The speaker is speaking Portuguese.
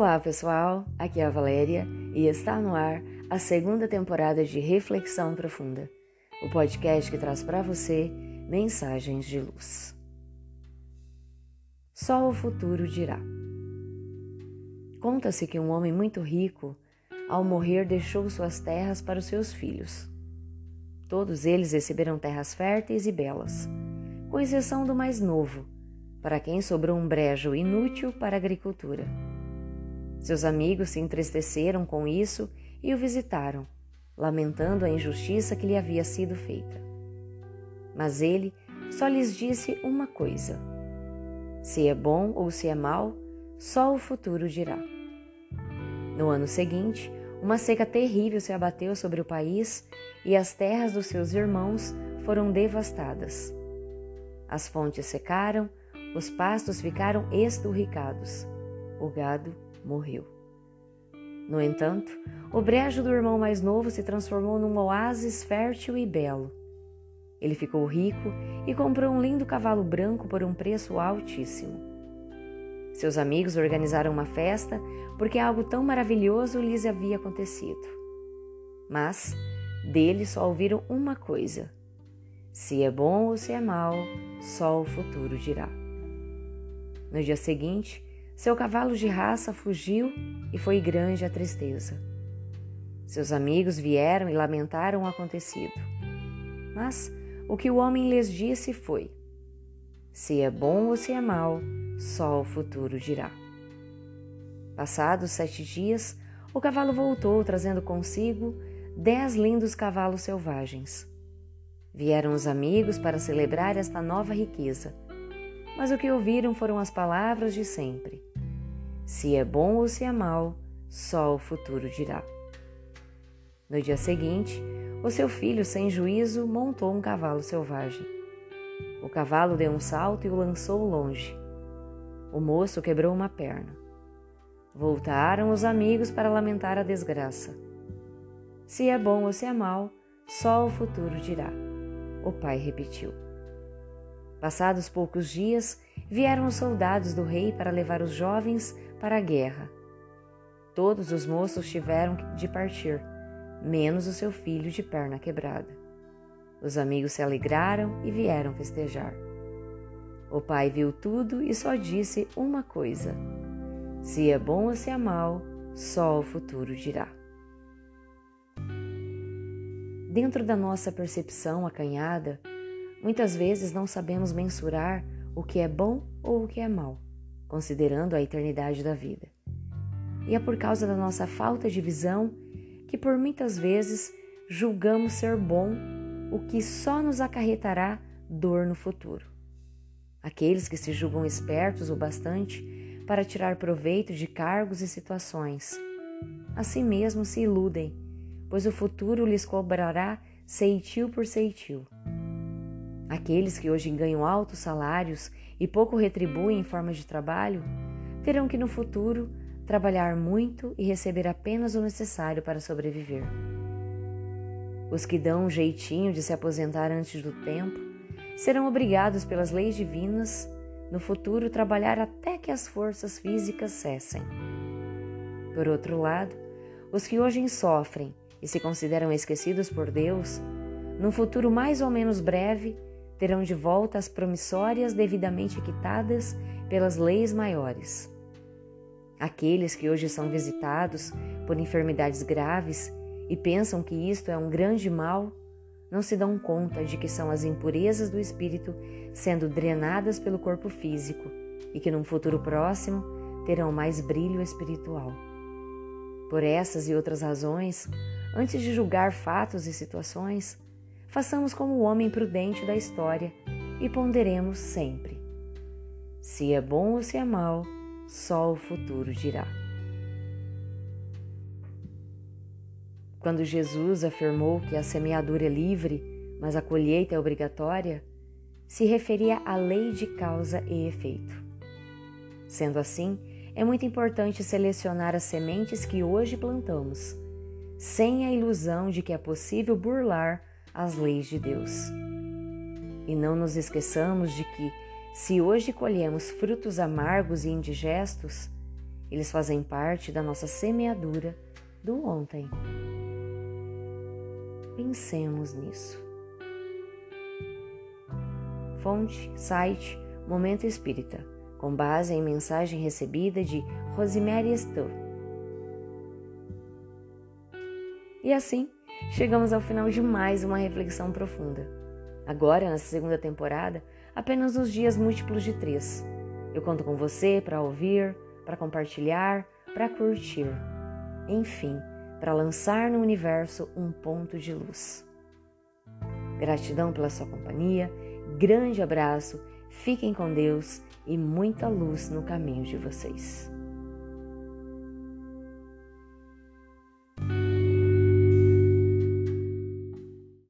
Olá pessoal, aqui é a Valéria e está no ar a segunda temporada de Reflexão Profunda, o podcast que traz para você mensagens de luz. Só o futuro dirá. Conta-se que um homem muito rico, ao morrer, deixou suas terras para os seus filhos. Todos eles receberam terras férteis e belas, com exceção do mais novo, para quem sobrou um brejo inútil para a agricultura. Seus amigos se entristeceram com isso e o visitaram, lamentando a injustiça que lhe havia sido feita. Mas ele só lhes disse uma coisa: se é bom ou se é mal, só o futuro dirá. No ano seguinte, uma seca terrível se abateu sobre o país e as terras dos seus irmãos foram devastadas. As fontes secaram, os pastos ficaram esturricados, o gado morreu. No entanto, o brejo do irmão mais novo se transformou num oásis fértil e belo. Ele ficou rico e comprou um lindo cavalo branco por um preço altíssimo. Seus amigos organizaram uma festa porque algo tão maravilhoso lhes havia acontecido. Mas dele só ouviram uma coisa: se é bom ou se é mal, só o futuro dirá. No dia seguinte, seu cavalo de raça fugiu e foi grande a tristeza. Seus amigos vieram e lamentaram o acontecido. Mas o que o homem lhes disse foi: se é bom ou se é mal, só o futuro dirá. Passados 7 dias, o cavalo voltou, trazendo consigo 10 lindos cavalos selvagens. Vieram os amigos para celebrar esta nova riqueza, mas o que ouviram foram as palavras de sempre: se é bom ou se é mal, só o futuro dirá. No dia seguinte, o seu filho, sem juízo, montou um cavalo selvagem. O cavalo deu um salto e o lançou longe. O moço quebrou uma perna. Voltaram os amigos para lamentar a desgraça. Se é bom ou se é mal, só o futuro dirá. O pai repetiu. Passados poucos dias, vieram os soldados do rei para levar os jovens para a guerra. Todos os moços tiveram de partir, menos o seu filho de perna quebrada. Os amigos se alegraram e vieram festejar. O pai viu tudo e só disse uma coisa: se é bom ou se é mal, só o futuro dirá. Dentro da nossa percepção acanhada, muitas vezes não sabemos mensurar o que é bom ou o que é mal, considerando a eternidade da vida. E é por causa da nossa falta de visão que por muitas vezes julgamos ser bom o que só nos acarretará dor no futuro. Aqueles que se julgam espertos o bastante para tirar proveito de cargos e situações, assim mesmo se iludem, pois o futuro lhes cobrará ceitil por ceitil. Aqueles que hoje ganham altos salários e pouco retribuem em forma de trabalho, terão que no futuro trabalhar muito e receber apenas o necessário para sobreviver. Os que dão um jeitinho de se aposentar antes do tempo serão obrigados pelas leis divinas no futuro trabalhar até que as forças físicas cessem. Por outro lado, os que hoje sofrem e se consideram esquecidos por Deus, num futuro mais ou menos breve, terão de volta as promissórias devidamente quitadas pelas leis maiores. Aqueles que hoje são visitados por enfermidades graves e pensam que isto é um grande mal, não se dão conta de que são as impurezas do espírito sendo drenadas pelo corpo físico e que num futuro próximo terão mais brilho espiritual. Por essas e outras razões, antes de julgar fatos e situações, façamos como o homem prudente da história e ponderemos sempre: se é bom ou se é mal, só o futuro dirá. Quando Jesus afirmou que a semeadura é livre, mas a colheita é obrigatória, se referia à lei de causa e efeito. Sendo assim, é muito importante selecionar as sementes que hoje plantamos, sem a ilusão de que é possível burlar as leis de Deus. E não nos esqueçamos de que, se hoje colhemos frutos amargos e indigestos, Eles fazem parte da nossa semeadura do ontem. Pensemos nisso. Fonte, site, Momento Espírita, com base em mensagem recebida de Rosemary Stowe. E assim, chegamos ao final de mais uma reflexão profunda. Agora, nessa segunda temporada, apenas os dias múltiplos de 3. Eu conto com você para ouvir, para compartilhar, para curtir. Enfim, para lançar no universo um ponto de luz. Gratidão pela sua companhia, grande abraço, fiquem com Deus e muita luz no caminho de vocês.